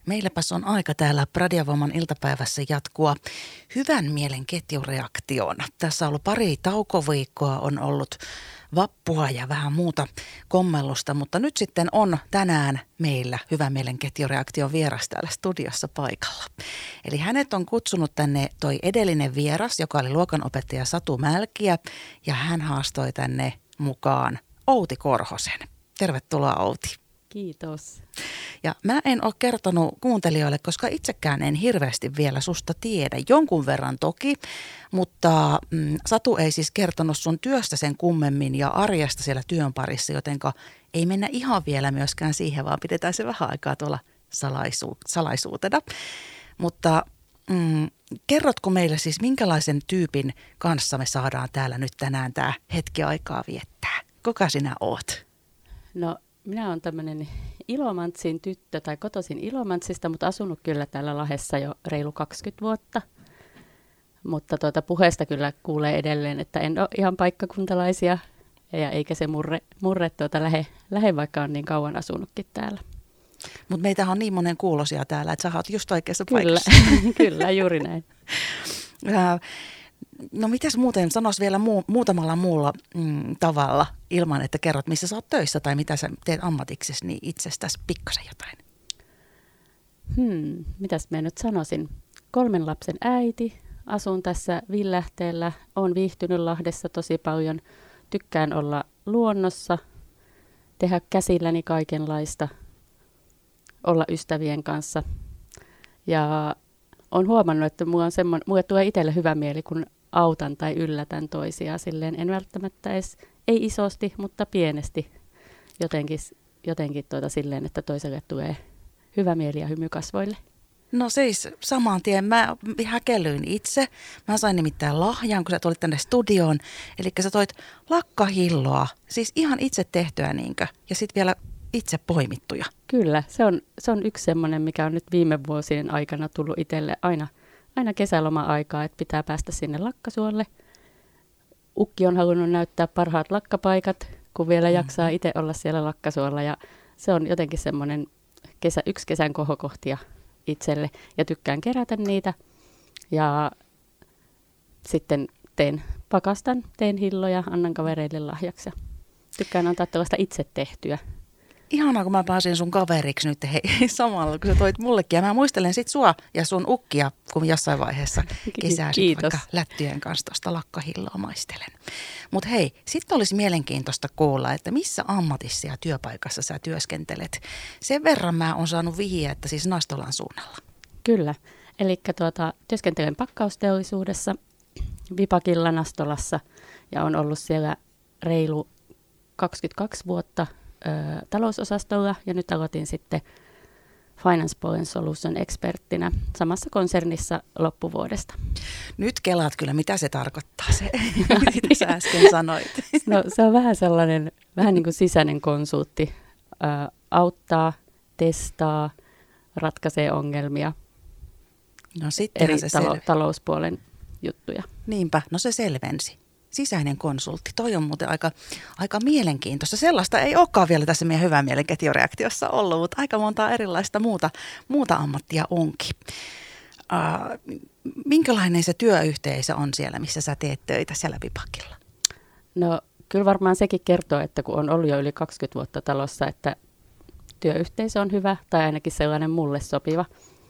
Meilläpäs on aika täällä Radiavoiman iltapäivässä jatkua hyvän mielen ketjureaktion. Tässä on ollut pari taukoviikkoa, on ollut vappua ja vähän muuta kommellusta, mutta nyt sitten on tänään meillä hyvän mielen ketjureaktion vieras täällä studiossa paikalla. Eli hänet on kutsunut tänne toi edellinen vieras, joka oli luokanopettaja Satu Mälkiä, ja hän haastoi tänne mukaan Outi Korhosen. Tervetuloa, Outi. Kiitos. Ja mä en ole kertonut kuuntelijoille, koska itsekään en hirveästi vielä susta tiedä. Jonkun verran toki, mutta Satu ei siis kertonut sun työstä sen kummemmin ja arjesta siellä työn parissa, jotenka ei mennä ihan vielä myöskään siihen, vaan pidetään se vähän aikaa tuolla salaisuutena. Mutta kerrotko meille siis, minkälaisen tyypin kanssa me saadaan täällä nyt tänään tämä hetki aikaa viettää? Kuka sinä oot? No, minä olen tämmöinen Ilomantsin tyttö tai kotoisin Ilomantsista, mutta asunut kyllä täällä Lahdessa jo reilu 20 vuotta. Mutta puheesta kyllä kuulee edelleen, että en ole ihan paikkakuntalaisia ja eikä se murre lähe, vaikka on niin kauan asunutkin täällä. Mutta meitä on niin monen kuulosia täällä, että sä oot just oikeassa paikassa. Kyllä, juuri näin. No mitäs muuten, sanois vielä muutamalla muulla tavalla ilman, että kerrot, missä sä oot töissä tai mitä sä teet ammatiksesi, niin itsestäsi pikkasen jotain. Mitäs mä nyt sanoisin? 3 lapsen äiti, asun tässä Villähteellä, oon viihtynyt Lahdessa tosi paljon, tykkään olla luonnossa, tehdä käsilläni kaikenlaista, olla ystävien kanssa ja olen huomannut, että mulle tulee itselle hyvä mieli, kun autan tai yllätän toisia. Silleen en välttämättä edes, ei isosti, mutta pienesti jotenkin silleen, että toiselle tulee hyvä mieli ja hymy kasvoille. No siis saman tien mä häkellyin itse. Mä sain nimittäin lahjan, kun sä tulit tänne studioon. Eli sä toit lakkahilloa, siis ihan itse tehtyä niinkö, ja sitten vielä itse poimittuja. Kyllä, se on yksi semmoinen, mikä on nyt viime vuosien aikana tullut itselle aina kesäloma-aikaa, että pitää päästä sinne Lakkasuolle. Ukki on halunnut näyttää parhaat lakkapaikat, kun vielä jaksaa itse olla siellä Lakkasuolla. Ja se on jotenkin semmoinen yksi kesän kohokohtia itselle. Ja tykkään kerätä niitä. Ja sitten teen hilloja, annan kavereille lahjaksi. Tykkään antaa tällaista itse tehtyä. Ihanaa, kun mä pääsin sun kaveriksi nyt samalla, kun sä toit mullekin. Ja mä muistelen sit sua ja sun ukkia, kun jossain vaiheessa kesää vaikka lättyjen kanssa tuosta lakkahilloa maistelen. Mutta hei, sitten olisi mielenkiintoista kuulla, että missä ammatissa ja työpaikassa sä työskentelet. Sen verran mä oon saanut vihiä, että siis Nastolan suunnalla. Kyllä, eli työskentelen pakkausteollisuudessa Vipakilla Nastolassa ja on ollut siellä reilu 22 vuotta talousosastolla ja nyt aloitin sitten Finance Polen Solution experttinä samassa konsernissa loppuvuodesta. Nyt kelaat kyllä, mitä se tarkoittaa se, mitä sä äsken sanoit. No se on vähän niin kuin sisäinen konsultti, auttaa, testaa, ratkaisee ongelmia, no eri talouspuolen juttuja. Niinpä, no se selvensi. Sisäinen konsultti. Toi on muuten aika mielenkiintoista. Sellaista ei olekaan vielä tässä meidän hyvän mielen ketjureaktiossa ollut, mutta aika monta erilaista muuta ammattia onkin. Minkälainen se työyhteisö on siellä, missä sä teet töitä siellä Vipakilla? No kyllä varmaan sekin kertoo, että kun on ollut jo yli 20 vuotta talossa, että työyhteisö on hyvä tai ainakin sellainen mulle sopiva.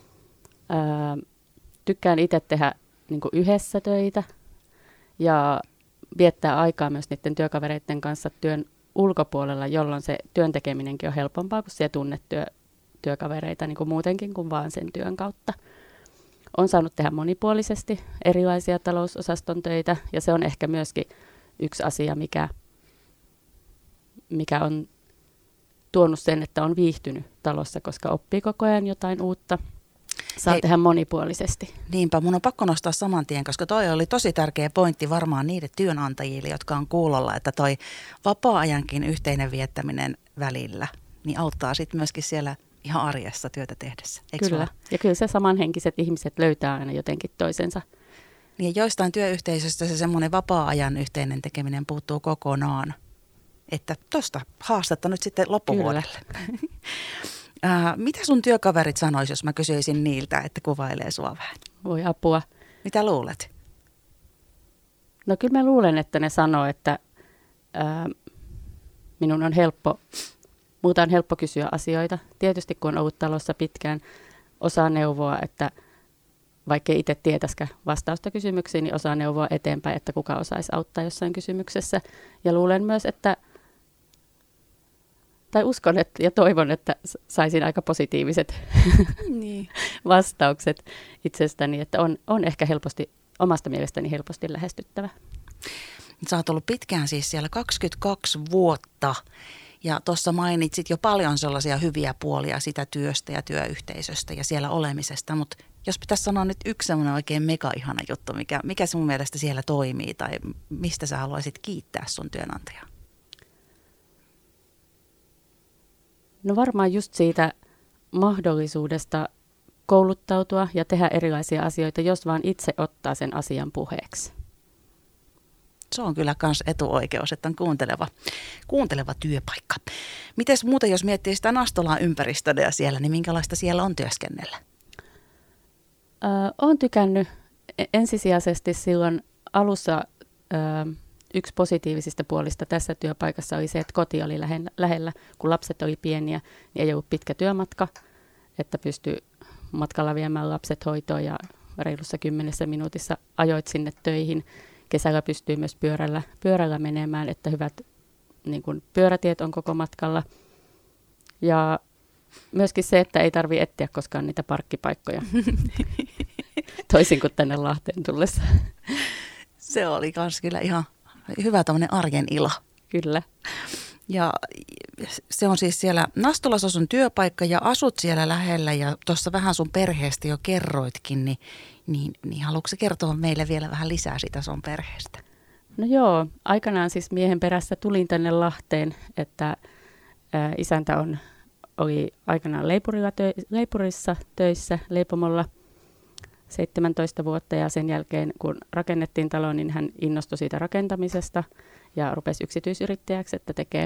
Tykkään itse tehdä niin kuin yhdessä töitä ja viettää aikaa myös niiden työkavereiden kanssa työn ulkopuolella, jolloin se työn tekeminenkin on helpompaa, kun siellä tunnet työkavereita niin kuin muutenkin kuin vaan sen työn kautta. Olen saanut tehdä monipuolisesti erilaisia talousosaston töitä ja se on ehkä myöskin yksi asia, mikä on tuonut sen, että on viihtynyt talossa, koska oppii koko ajan jotain uutta. Saa tehdä monipuolisesti. Niinpä, mun on pakko nostaa saman tien, koska toi oli tosi tärkeä pointti varmaan niille työnantajille, jotka on kuulolla, että toi vapaa-ajankin yhteinen viettäminen välillä, niin auttaa sitten myöskin siellä ihan arjessa työtä tehdessä. Eikö kyllä, ja kyllä se samanhenkiset ihmiset löytää aina jotenkin toisensa. Niin joistain työyhteisöstä se semmoinen vapaa-ajan yhteinen tekeminen puuttuu kokonaan, että tosta haastetta nyt sitten loppuvuodelle. Mitä sun työkaverit sanois, jos mä kysyisin niiltä, että kuvailee sua vähän? Voi apua. Mitä luulet? No kyllä mä luulen, että ne sanoo, että minun on helppo kysyä asioita. Tietysti kun on ollut talossa pitkään, osaa neuvoa, että vaikka ei itse tietäisikään vastausta kysymyksiin, niin osaa neuvoa eteenpäin, että kuka osaisi auttaa jossain kysymyksessä. Ja luulen myös, tai uskon ja toivon, että saisin aika positiiviset Niin. vastaukset itsestäni, että on ehkä omasta mielestäni helposti lähestyttävä. Sä oot ollut pitkään siis siellä 22 vuotta ja tuossa mainitsit jo paljon sellaisia hyviä puolia sitä työstä ja työyhteisöstä ja siellä olemisesta, mutta jos pitäisi sanoa nyt yksi semmoinen oikein mega-ihana juttu, mikä sun mielestä siellä toimii tai mistä sä haluaisit kiittää sun työnantajaa? No varmaan just siitä mahdollisuudesta kouluttautua ja tehdä erilaisia asioita, jos vaan itse ottaa sen asian puheeksi. Se on kyllä myös etuoikeus, että on kuunteleva työpaikka. Mites muuten, jos miettii sitä Nastolan ympäristöä siellä, niin minkälaista siellä on työskennellä? Olen tykännyt ensisijaisesti silloin alussa yksi positiivisista puolista tässä työpaikassa oli se, että koti oli lähellä. Kun lapset oli pieniä, niin ei ollut pitkä työmatka, että pystyi matkalla viemään lapset hoitoon ja reilussa 10 minuutissa ajoit sinne töihin. Kesällä pystyy myös pyörällä menemään, että hyvät niin kuin pyörätiet on koko matkalla. Ja myöskin se, että ei tarvitse etsiä koskaan niitä parkkipaikkoja, toisin kuin tänne Lahteen tullessa. Se oli myös kyllä ihan hyvä tämmöinen arjen ilo. Kyllä. Ja se on siis siellä Nastolassa sun työpaikka ja asut siellä lähellä ja tuossa vähän sun perheestä jo kerroitkin, niin haluatko kertoa meille vielä vähän lisää sitä sun perheestä? No joo, aikanaan siis miehen perässä tulin tänne Lahteen, että isäntä oli aikanaan leipurissa töissä leipomolla 17 vuotta ja sen jälkeen kun rakennettiin talo, niin hän innostui siitä rakentamisesta ja rupesi yksityisyrittäjäksi, että tekee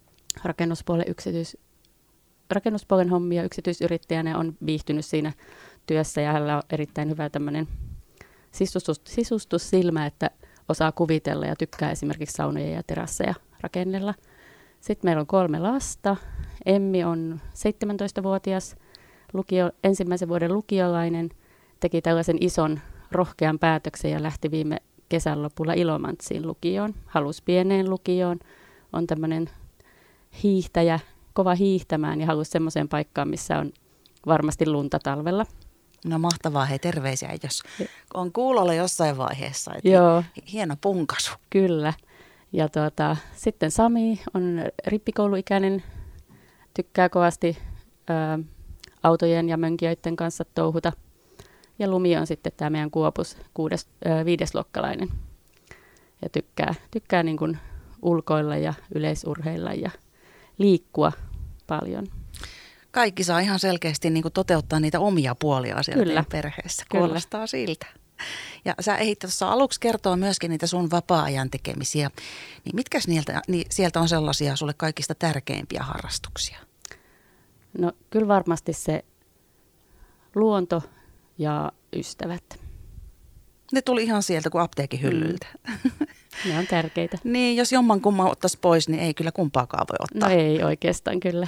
rakennuspuolen hommia yksityisyrittäjänä ja on viihtynyt siinä työssä ja hänellä on erittäin hyvä tämmöinen sisustussilmä, että osaa kuvitella ja tykkää esimerkiksi saunoja ja terasseja rakennella. Sitten meillä on 3 lasta. Emmi on 17-vuotias, ensimmäisen vuoden lukiolainen, teki tällaisen ison rohkean päätöksen ja lähti viime kesän lopulla Ilomantsiin lukioon. Halusi pieneen lukioon, on tämmöinen hiihtäjä, kova hiihtämään ja halusi semmoiseen paikkaan, missä on varmasti lunta talvella. No mahtavaa, hei terveisiä, jos on kuulolla jossain vaiheessa. Joo. Hieno punkasu. Kyllä. Ja sitten Sami on rippikouluikäinen, tykkää kovasti autojen ja mönkijöiden kanssa touhuta. Ja Lumi on sitten tämä meidän Kuopus 5-luokkalainen ja tykkää niin kuin ulkoilla ja yleisurheilla ja liikkua paljon. Kaikki saa ihan selkeästi niin kuin toteuttaa niitä omia puolia siellä perheessä. Kuulostaa siltä. Ja sä ehdit tuossa aluksi kertoa myöskin niitä sun vapaa-ajan tekemisiä. Niin mitkäs sieltä on sellaisia sulle kaikista tärkeimpiä harrastuksia? No kyllä varmasti se luonto ja ystävät. Ne tuli ihan sieltä kuin apteekin hyllyltä. Ne on tärkeitä. Niin, jos jommankumman ottaisi pois, niin ei kyllä kumpaakaan voi ottaa. No ei oikeastaan kyllä.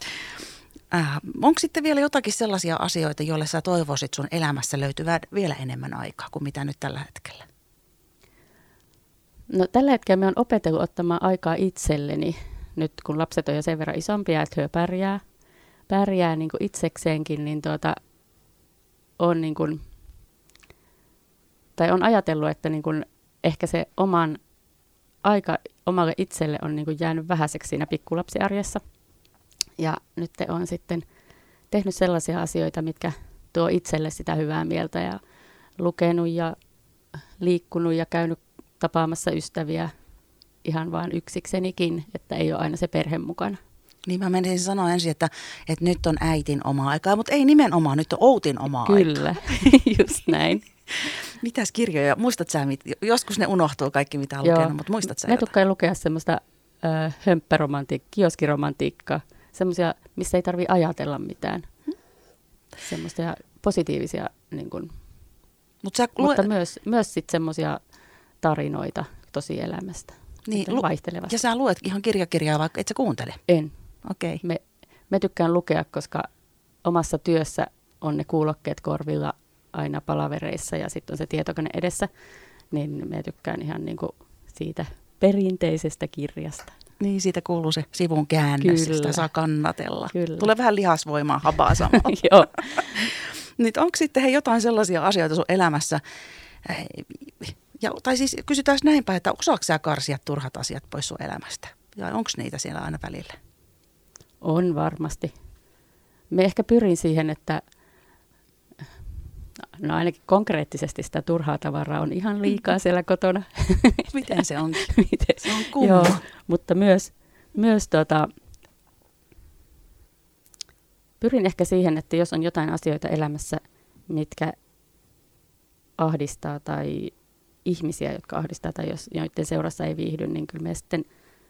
Onko sitten vielä jotakin sellaisia asioita, joille sä toivoisit sun elämässä löytyvää vielä enemmän aikaa kuin mitä nyt tällä hetkellä? No tällä hetkellä me on opetellut ottamaan aikaa itselleni, nyt kun lapset on jo sen verran isompia, että he pärjää niin kuin itsekseenkin, niin on niin kuin, tai on ajatellut, että niin kuin ehkä se aika omalle itselle on niin kuin jäänyt vähäiseksi siinä pikkulapsiarjessa. Ja nyt on sitten tehnyt sellaisia asioita, mitkä tuo itselle sitä hyvää mieltä ja lukenut ja liikkunut ja käynyt tapaamassa ystäviä ihan vaan yksiksenikin, että ei ole aina se perhe mukana. Niin mä menisin sanoa ensin, että nyt on äitin omaa aikaa, mutta ei nimenomaan, nyt on Outin omaa aikaa. Kyllä, just näin. Mitäs kirjoja? Muistat sä, joskus ne unohtuu kaikki mitä on lukenut, mutta muistat sä jotain? Me tukkaan lukea semmoista hömppäromantiikkaa, kioskiromantiikkaa, semmoisia, missä ei tarvitse ajatella mitään. Semmoisia positiivisia, niin kuin, mutta myös sitten semmoisia tarinoita tosielämästä. Niin, vaihtelevasti. Ja sä luet ihan kirjakirjaa, vaikka et sä kuuntele? En. Okei. Me tykkään lukea, koska omassa työssä on ne kuulokkeet korvilla aina palavereissa ja sitten on se tietokone edessä, niin me tykkään ihan niin kuin siitä perinteisestä kirjasta. Niin, siitä kuuluu se sivun käännös, sitä saa kannatella. Kyllä. Tulee vähän lihasvoimaa, habaa samalla. Joo. Nyt onko sitten jotain sellaisia asioita sun elämässä, tai siis kysytään näinpä, että osaatko sä karsia turhat asiat pois sun elämästä? Ja onko niitä siellä aina välillä? On varmasti. Me ehkä pyrin siihen, että no ainakin konkreettisesti sitä turhaa tavaraa on ihan liikaa siellä kotona. Miten se on? Se on kumma. Joo, mutta myös pyrin ehkä siihen, että jos on jotain asioita elämässä, mitkä ahdistaa tai ihmisiä, jotka ahdistaa tai joiden seurassa ei viihdy, niin kyllä me sitten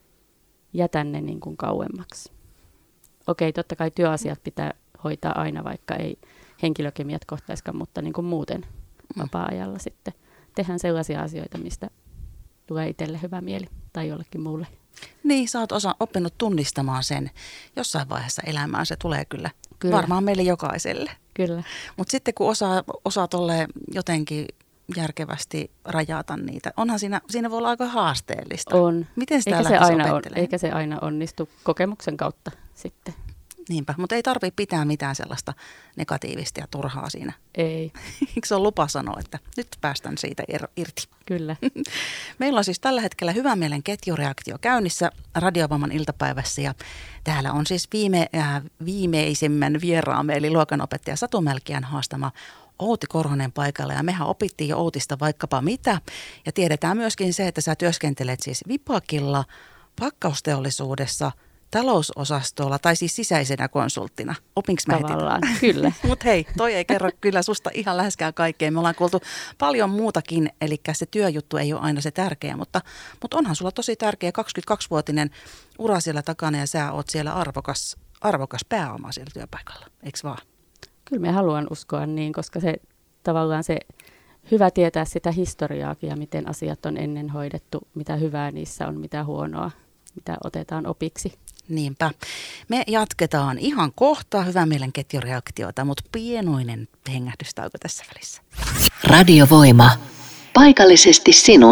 jätän ne niin kuin kauemmaksi. Okei, totta kai työasiat pitää hoitaa aina, vaikka ei henkilökemiat kohtaiskaan, mutta niin kuin muuten vapaa-ajalla sitten tehdään sellaisia asioita, mistä tulee itselle hyvä mieli tai jollekin muulle. Niin, sä oot oppinut tunnistamaan sen. Jossain vaiheessa elämään se tulee kyllä. Varmaan meille jokaiselle. Kyllä. Mutta sitten kun osaa tolleen jotenkin järkevästi rajata niitä, onhan siinä voi olla aika haasteellista. On. Miten sitä eikä se aina onnistu kokemuksen kautta sitten. Niinpä, mutta ei tarvitse pitää mitään sellaista negatiivista ja turhaa siinä. Ei. Eikö se ole lupa sanoa, että nyt päästään siitä irti? Kyllä. Meillä on siis tällä hetkellä Hyvän mielen ketjureaktio käynnissä Radio Voiman iltapäivässä ja täällä on siis viimeisimmän vieraamme eli luokanopettaja Satu Mälkiän haastama Outi Korhonen paikalla ja mehän opittiin jo Outista vaikkapa mitä ja tiedetään myöskin se, että sä työskentelet siis Vipakilla, pakkausteollisuudessa, talousosastolla tai siis sisäisenä konsulttina. Opinko mä tavallaan, kyllä. Mutta hei, toi ei kerro kyllä susta ihan läheskään kaikkea. Me ollaan kuultu paljon muutakin, eli se työjuttu ei ole aina se tärkeä, mutta onhan sulla tosi tärkeä 22-vuotinen ura siellä takana ja sä oot siellä arvokas pääoma siellä työpaikalla, eikö vaan? Kyllä me haluan uskoa niin, koska se tavallaan se hyvä tietää sitä historiaakin ja miten asiat on ennen hoidettu, mitä hyvää niissä on, mitä huonoa, mitä otetaan opiksi. Niinpä. Me jatketaan ihan kohta Hyvän mielen ketjureaktiota, mutta pienoinen hengähdystauko tässä välissä. Radiovoima. Paikallisesti sinun.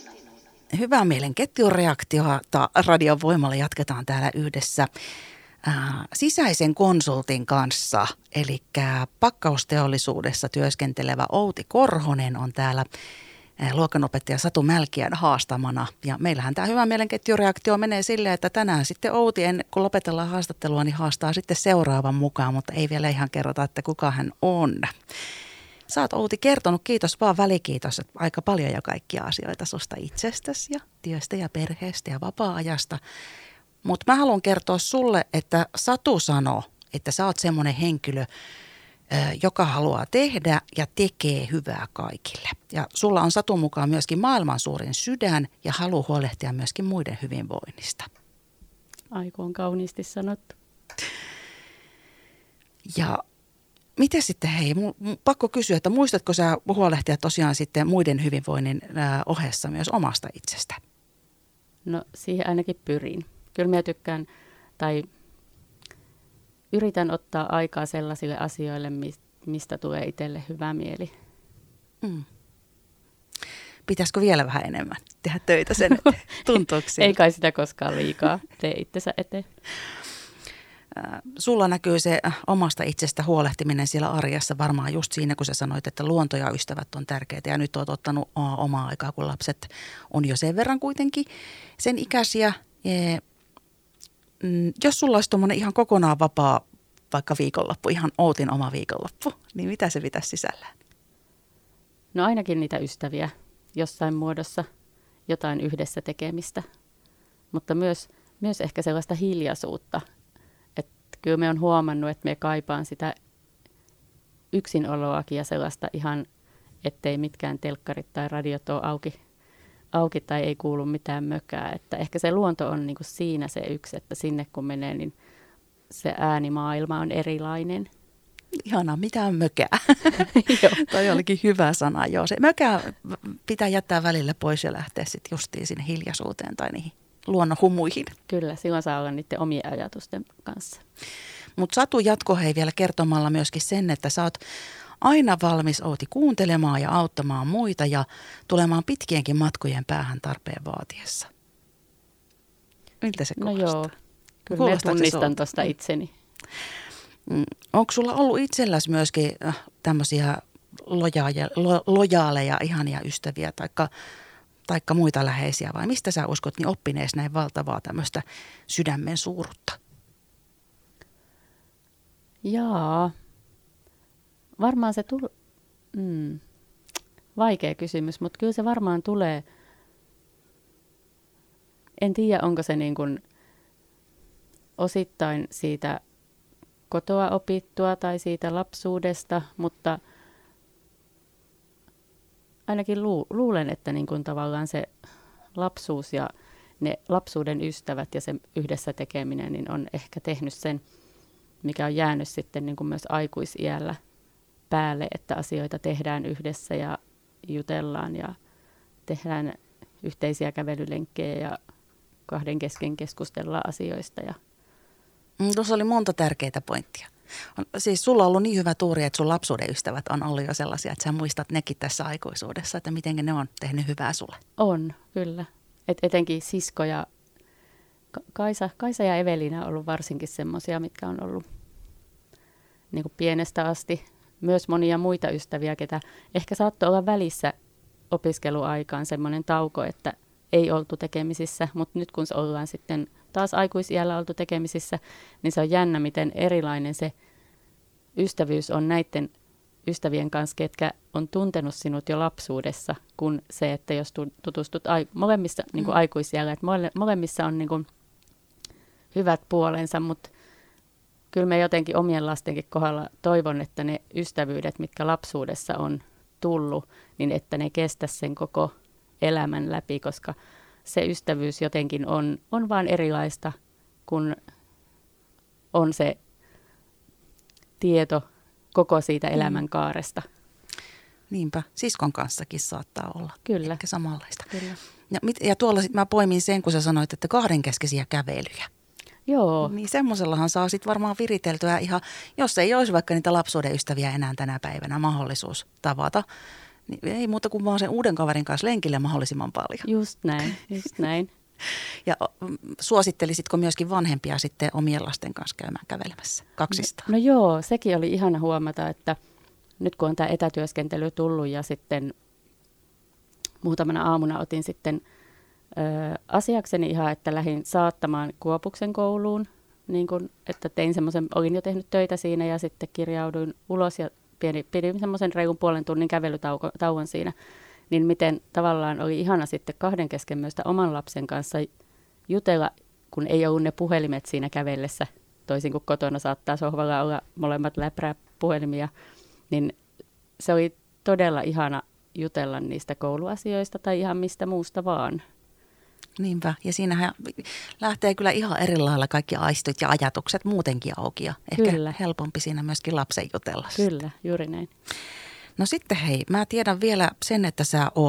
Hyvän mielen ketjureaktiota Radiovoimalla jatketaan täällä yhdessä sisäisen konsultin kanssa. Eli pakkausteollisuudessa työskentelevä Outi Korhonen on täällä luokanopettaja Satu Mälkiän haastamana. Ja meillähän tämä Hyvän mielen ketjureaktio menee silleen, että tänään sitten Outi, kun lopetellaan haastattelua, niin haastaa sitten seuraavan mukaan, mutta ei vielä ihan kerrota, että kuka hän on. Sä oot Outi kertonut, kiitos vaan välikiitos, että aika paljon jo kaikkia asioita susta itsestäsi ja työstä ja perheestä ja vapaa-ajasta. Mutta mä haluan kertoa sulle, että Satu sanoo, että sä oot semmoinen henkilö, joka haluaa tehdä ja tekee hyvää kaikille. Ja sulla on Satun mukaan myöskin maailman suurin sydän ja halu huolehtia myöskin muiden hyvinvoinnista. Aiku on kauniisti sanottu. Ja miten sitten, hei, pakko kysyä, että muistatko sä huolehtia tosiaan sitten muiden hyvinvoinnin ohessa myös omasta itsestä? No siihen ainakin pyrin. Kyllä minä tykkään tai yritän ottaa aikaa sellaisille asioille, mistä tulee itselle hyvä mieli. Pitäisikö vielä vähän enemmän tehdä töitä sen eteen? Tuntuuko siltä? Ei kai sitä koskaan liikaa tee itsensä eteen. Sulla näkyy se omasta itsestä huolehtiminen siellä arjessa varmaan just siinä, kun sä sanoit, että luonto ja ystävät on tärkeitä. Ja nyt oot ottanut omaa aikaa, kun lapset on jo sen verran kuitenkin sen ikäisiä. Jos sulla olisi tuommoinen ihan kokonaan vapaa vaikka viikonloppu, ihan Outin oma viikonloppu, niin mitä se pitäisi sisällään? No ainakin niitä ystäviä jossain muodossa, jotain yhdessä tekemistä, mutta myös ehkä sellaista hiljaisuutta. Että kyllä me on huomannut, että me kaipaan sitä yksinoloakin ja sellaista ihan, ettei mitkään telkkarit tai radiot ole auki tai ei kuulu mitään mökää. Että ehkä se luonto on niin kuin siinä se yksi, että sinne kun menee, niin se äänimaailma on erilainen. Ihanaa, mitä on mökää? Joo. Toi olikin hyvä sana, joo. Se mökää pitää jättää välillä pois ja lähteä sitten justiin sinne hiljaisuuteen tai niihin luonnon humuihin. Kyllä, silloin saa olla niiden omien ajatusten kanssa. Mutta Satu jatkoi hei vielä kertomalla myöskin sen, että sä oot aina valmis Outi kuuntelemaan ja auttamaan muita ja tulemaan pitkienkin matkojen päähän tarpeen vaatiessa. Miltä se kuulostaa? No joo, kyllä mä tunnistan tuosta itseni. Onko sulla ollut itselläsi myöskin tämmöisiä lojaaleja, ihania ystäviä taikka muita läheisiä vai mistä sä uskot niin oppinees näin valtavaa tämmöistä sydämen suurutta? Jaa, varmaan se vaikea kysymys, mutta kyllä se varmaan tulee. En tiedä, onko se niin kuin osittain siitä kotoa opittua tai siitä lapsuudesta, mutta ainakin luulen, että niin kuin tavallaan se lapsuus ja ne lapsuuden ystävät ja se yhdessä tekeminen niin on ehkä tehnyt sen, mikä on jäänyt sitten niin kuin myös aikuisiällä päälle, että asioita tehdään yhdessä ja jutellaan ja tehdään yhteisiä kävelylenkkejä ja kahden kesken keskustellaan asioista. Tuossa oli monta tärkeää pointtia. Siis sulla on ollut niin hyvä tuuri, että sun lapsuuden ystävät on ollut jo sellaisia, että sä muistat nekin tässä aikuisuudessa, että miten ne on tehnyt hyvää sulle. On, kyllä. Etenkin sisko ja Kaisa ja Evelina on ollut varsinkin semmoisia, mitkä on ollut niin kuin pienestä asti. Myös monia muita ystäviä, ketä ehkä saattoi olla välissä opiskeluaikaan semmoinen tauko, että ei oltu tekemisissä, mutta nyt kun ollaan sitten taas aikuisiällä oltu tekemisissä, niin se on jännä, miten erilainen se ystävyys on näiden ystävien kanssa, ketkä on tuntenut sinut jo lapsuudessa, kuin se, että jos tutustut molemmissa niin kuin aikuisiällä, että molemmissa on niin kuin hyvät puolensa, mutta kyllä me jotenkin omien lastenkin kohdalla toivon, että ne ystävyydet, mitkä lapsuudessa on tullut, niin että ne kestäisi sen koko elämän läpi, koska se ystävyys jotenkin on vaan erilaista, kun on se tieto koko siitä elämänkaaresta. Niinpä, siskon kanssakin saattaa olla. Kyllä. Ehkä samanlaista. Kyllä. Ja tuolla sitten mä poimin sen, kun sä sanoit, että kahdenkeskisiä kävelyjä. Joo. Niin semmoisellahan saa sitten varmaan viriteltyä ihan, jos ei olisi vaikka niitä lapsuuden ystäviä enää tänä päivänä mahdollisuus tavata, niin ei muuta kuin vaan sen uuden kaverin kanssa lenkille mahdollisimman paljon. Just näin. Ja suosittelisitko myöskin vanhempia sitten omien lasten kanssa käymään kävelemässä kaksistaan? No joo, sekin oli ihana huomata, että nyt kun on tämä etätyöskentely tullut ja sitten muutamana aamuna otin sitten asiakseni ihan, että lähdin saattamaan Kuopuksen kouluun, niin kun, että tein semmoisen, olin jo tehnyt töitä siinä ja sitten kirjauduin ulos ja pidin semmoisen reilun puolen tunnin kävelytauon siinä, niin miten tavallaan oli ihana sitten kahden kesken myös oman lapsen kanssa jutella, kun ei ollut ne puhelimet siinä kävellessä, toisin kuin kotona saattaa sohvalla olla molemmat läprää puhelimia, niin se oli todella ihana jutella niistä kouluasioista tai ihan mistä muusta vaan. Niinpä, ja siinähän lähtee kyllä ihan eri lailla kaikki aistot ja ajatukset muutenkin auki ja ehkä Kyllä. helpompi siinä myöskin lapsen jutella. Kyllä, juuri näin. No sitten hei, mä tiedän vielä sen, että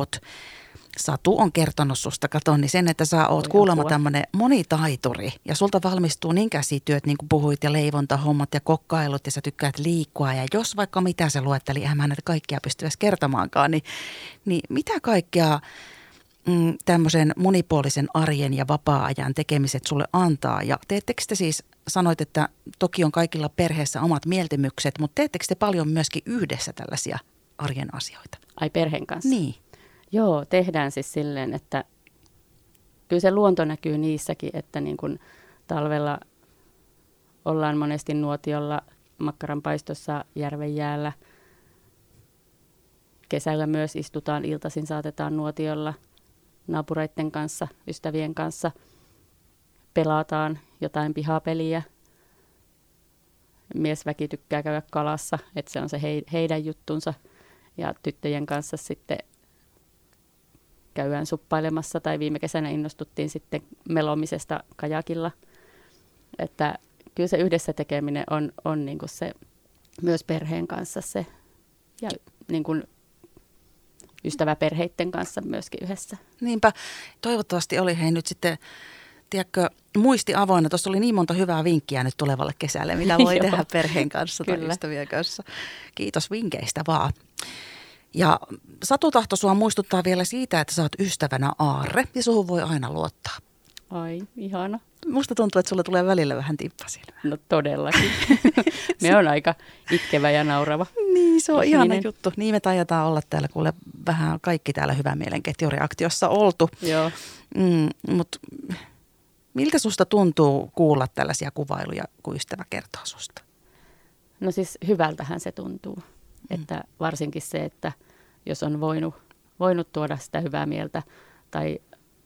Satu on kertonut susta, katon, niin sen, että sä oot kuulemma tämmöinen monitaituri ja sulta valmistuu niin käsityöt, niin kuin puhuit, ja leivontahommat ja kokkailut ja sä tykkäät liikkua ja jos vaikka mitä se luetteli, eihän mä näitä kaikkia pysty edes kertomaankaan, niin mitä kaikkea tämmöisen monipuolisen arjen ja vapaa-ajan tekemiset sulle antaa ja teettekö te siis, sanoit, että toki on kaikilla perheessä omat mieltymykset, mutta teettekö te paljon myöskin yhdessä tällaisia arjen asioita? Ai perheen kanssa? Niin. Joo, tehdään siis silleen, että kyllä se luonto näkyy niissäkin, että niin kuin talvella ollaan monesti nuotiolla makkaranpaistossa järven jäällä. Kesällä myös istutaan iltaisin, saatetaan nuotiolla naapureiden kanssa, ystävien kanssa. Pelataan jotain pihapeliä. Miesväki tykkää käydä kalassa, että se on se heidän juttunsa. Ja tyttöjen kanssa sitten käydään suppailemassa tai viime kesänä innostuttiin sitten melomisesta kajakilla. Että kyllä se yhdessä tekeminen on niin kuin se myös perheen kanssa se ja niin kuin ystäväperheiden kanssa myöskin yhdessä. Niinpä. Toivottavasti oli hei nyt sitten, tiedätkö, muisti avoinna. Tuossa oli niin monta hyvää vinkkiä nyt tulevalle kesälle, mitä voi tehdä perheen kanssa tai ystävien kanssa. Kiitos vinkkeistä vaan. Ja Satu tahtoi sua muistuttaa vielä siitä, että sä oot ystävänä aarre ja suhun voi aina luottaa. Ai, ihana. Musta tuntuu, että sulle tulee välillä vähän tippa silmään. No todellakin. Me on aika itkevä ja naurava. Niin, se on ihana juttu. Niin me taidetaan olla täällä, kuule vähän kaikki täällä hyvän mielenketjureaktiossa oltu. Joo. Mutta miltä susta tuntuu kuulla tällaisia kuvailuja, kun ystävä kertoo susta? No siis hyvältähän se tuntuu. Että varsinkin se, että jos on voinut tuoda sitä hyvää mieltä tai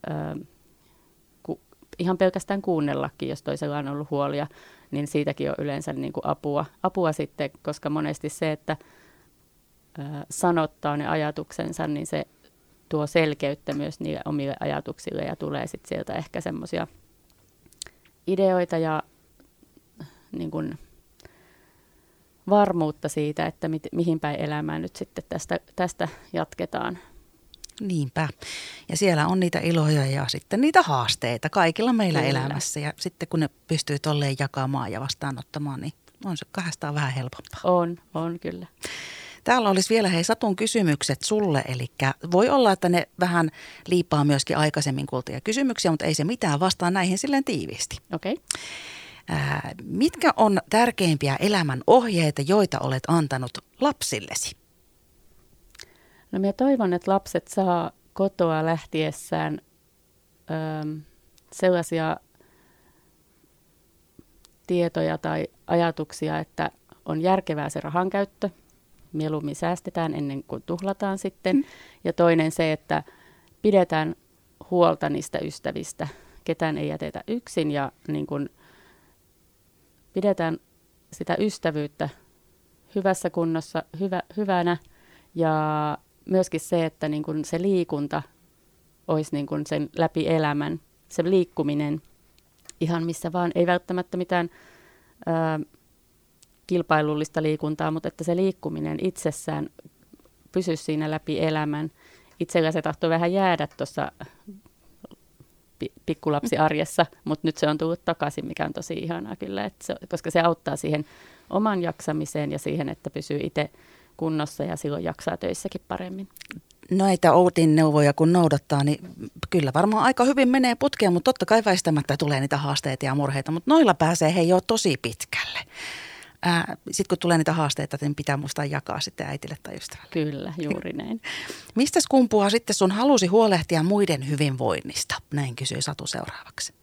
ihan pelkästään kuunnellakin, jos toisella on ollut huolia, niin siitäkin on yleensä niin kuin apua sitten, koska monesti se, että sanottaa ne ajatuksensa, niin se tuo selkeyttä myös niille omille ajatuksille ja tulee sitten sieltä ehkä semmoisia ideoita ja niin kuin varmuutta siitä, että mihin päin elämää nyt sitten tästä jatketaan. Niinpä. Ja siellä on niitä iloja ja sitten niitä haasteita kaikilla meillä elämässä. Ja sitten kun ne pystyy tolleen jakamaan ja vastaanottamaan, niin on se kahdestaan vähän helpompaa. On kyllä. Täällä olisi vielä Satun kysymykset sulle, eli voi olla, että ne vähän liipaa myöskin aikaisemmin kuultuja kysymyksiä, mutta ei se mitään, vastaa näihin silleen tiiviisti. Okei. Mitkä on tärkeimpiä elämän ohjeita, joita olet antanut lapsillesi? No minä toivon, että lapset saa kotoa lähtiessään sellaisia tietoja tai ajatuksia, että on järkevää se rahankäyttö. Mieluummin säästetään ennen kuin tuhlataan sitten. Ja toinen se, että pidetään huolta niistä ystävistä. Ketään ei jätetä yksin ja niin kuin pidetään sitä ystävyyttä hyvässä kunnossa, hyvänä ja myöskin se, että niin kuin se liikunta olisi niin kuin sen läpi elämän, se liikkuminen ihan missä vaan, ei välttämättä mitään kilpailullista liikuntaa, mutta että se liikkuminen itsessään pysyisi siinä läpi elämän. Itsellä se tahtoi vähän jäädä tuossa pikkulapsiarjessa, mutta nyt se on tullut takaisin, mikä on tosi ihanaa kyllä, koska se auttaa siihen oman jaksamiseen ja siihen, että pysyy itse kunnossa ja silloin jaksaa töissäkin paremmin. Näitä Outin neuvoja kun noudattaa, niin kyllä varmaan aika hyvin menee putkeen, mutta totta kai väistämättä tulee niitä haasteita ja murheita, mutta noilla pääsee hei jo tosi pitkälle. Sitten kun tulee niitä haasteita, niin pitää muistaa jakaa sitten äitille tai ystävälle. Kyllä, juuri näin. Mistäs kumpuaa sitten sun halusi huolehtia muiden hyvinvoinnista? Näin kysyi Satu seuraavaksi.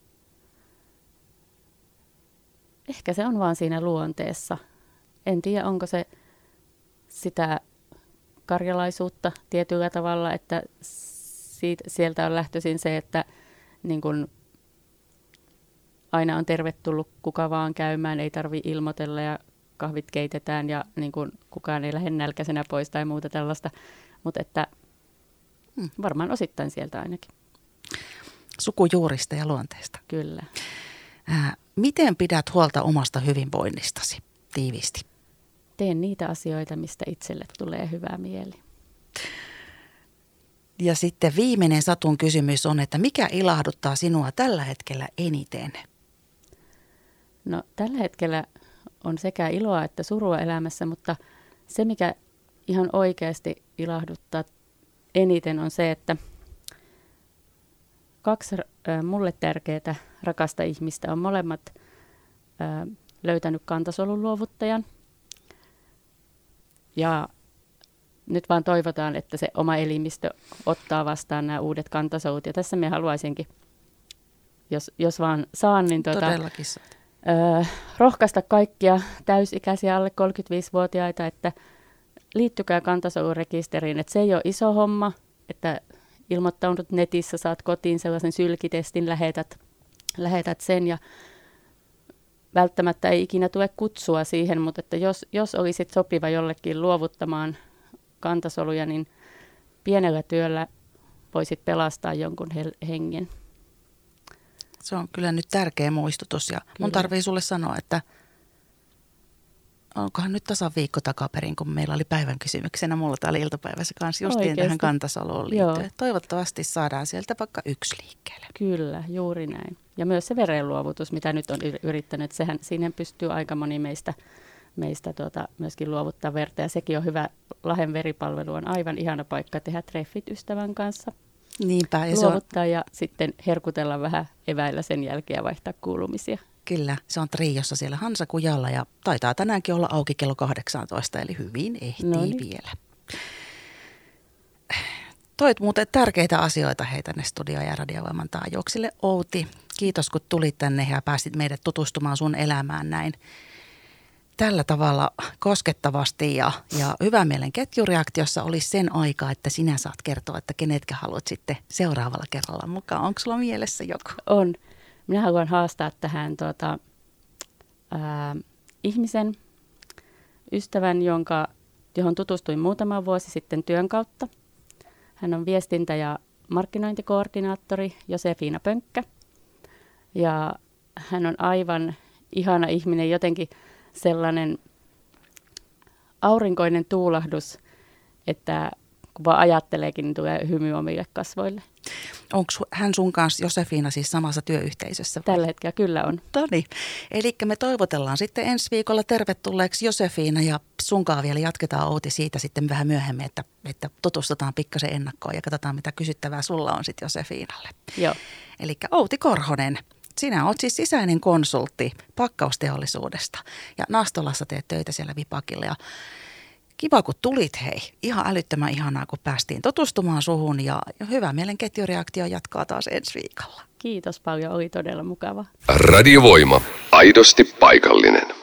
Ehkä se on vaan siinä luonteessa. En tiedä, onko se sitä karjalaisuutta tietyllä tavalla, että sieltä on lähtöisin se, että niin kun aina on tervetullut kuka vaan käymään, ei tarvitse ilmoitella ja kahvit keitetään ja niin kun kukaan ei lähde nälkäisenä pois tai muuta tällaista, mutta että varmaan osittain sieltä ainakin. Sukujuurista ja luonteesta. Kyllä. Miten pidät huolta omasta hyvinvoinnistasi tiiviisti? Teen niitä asioita, mistä itselle tulee hyvä mieli. Ja sitten viimeinen Satun kysymys on, että mikä ilahduttaa sinua tällä hetkellä eniten? No tällä hetkellä on sekä iloa että surua elämässä, mutta se mikä ihan oikeasti ilahduttaa eniten on se, että 2 mulle tärkeää rakasta ihmistä on molemmat löytänyt kantasolun luovuttajan. Ja nyt vaan toivotaan, että se oma elimistö ottaa vastaan nämä uudet kantasolut. Ja tässä me haluaisinkin, jos vaan saan, niin rohkaista kaikkia täysikäisiä alle 35-vuotiaita, että liittykää kantasolurekisteriin. Että se ei ole iso homma, että ilmoittaudut netissä, saat kotiin sellaisen sylkitestin, lähetät sen ja välttämättä ei ikinä tule kutsua siihen, mutta että jos olisit sopiva jollekin luovuttamaan kantasoluja, niin pienellä työllä voisit pelastaa jonkun hengen. Se on kyllä nyt tärkeä muistutus ja mun tarvii sulle sanoa, että onkohan nyt tasan viikko takaperin, kun meillä oli päivän kysymyksenä, mulla täällä iltapäivässä kanssa justiin tähän kantasoluun liittyen. Joo. Toivottavasti saadaan sieltä vaikka yksi liikkeelle. Kyllä, juuri näin. Ja myös se verenluovutus, mitä nyt on yrittänyt, siihen pystyy aika moni meistä myöskin luovuttaa verta. Ja sekin on hyvä. Lahden veripalvelu on aivan ihana paikka tehdä treffit ystävän kanssa. Niinpä. Ja luovuttaa ja sitten herkutella vähän eväillä sen jälkeen ja vaihtaa kuulumisia. Kyllä, se on Triossa siellä Hansakujalla ja taitaa tänäänkin olla auki kello 18, eli hyvin ehtii vielä. Toit muuten tärkeitä asioita hei tänne Studio- ja Radiovoiman taajuuksille, Outi. Kiitos kun tulit tänne ja pääsit meidät tutustumaan sun elämään näin tällä tavalla koskettavasti ja hyvä mielen ketjureaktiossa olisi sen aika, että sinä saat kertoa, että kenetkä haluat sitten seuraavalla kerralla mukaan. Onko sulla mielessä joku? On. Minä haluan haastaa tähän ihmisen, ystävän, johon tutustuin muutama vuosi sitten työn kautta. Hän on viestintä- ja markkinointikoordinaattori Josefina Pönkkä. Ja hän on aivan ihana ihminen, jotenkin sellainen aurinkoinen tuulahdus, että kun vaan ajatteleekin, niin tulee hymy omille kasvoille. Onko hän sun kanssa, Josefina, siis samassa työyhteisössä? Tällä hetkellä kyllä on. Noniin. Eli me toivotellaan sitten ensi viikolla tervetulleeksi Josefina ja sunkaan vielä jatketaan Outi siitä sitten vähän myöhemmin, että tutustutaan pikkasen ennakkoon ja katsotaan mitä kysyttävää sulla on sitten Josefinalle. Joo. Eli Outi Korhonen, sinä oot siis sisäinen konsultti pakkausteollisuudesta ja Nastolassa teet töitä siellä Vipakilla ja kiva, kun tulit hei. Ihan älyttömän ihanaa, kun päästiin tutustumaan suhun ja hyvä mielen ketjureaktio jatkaa taas ensi viikolla. Kiitos paljon, oli todella mukava. Radiovoima. Aidosti paikallinen.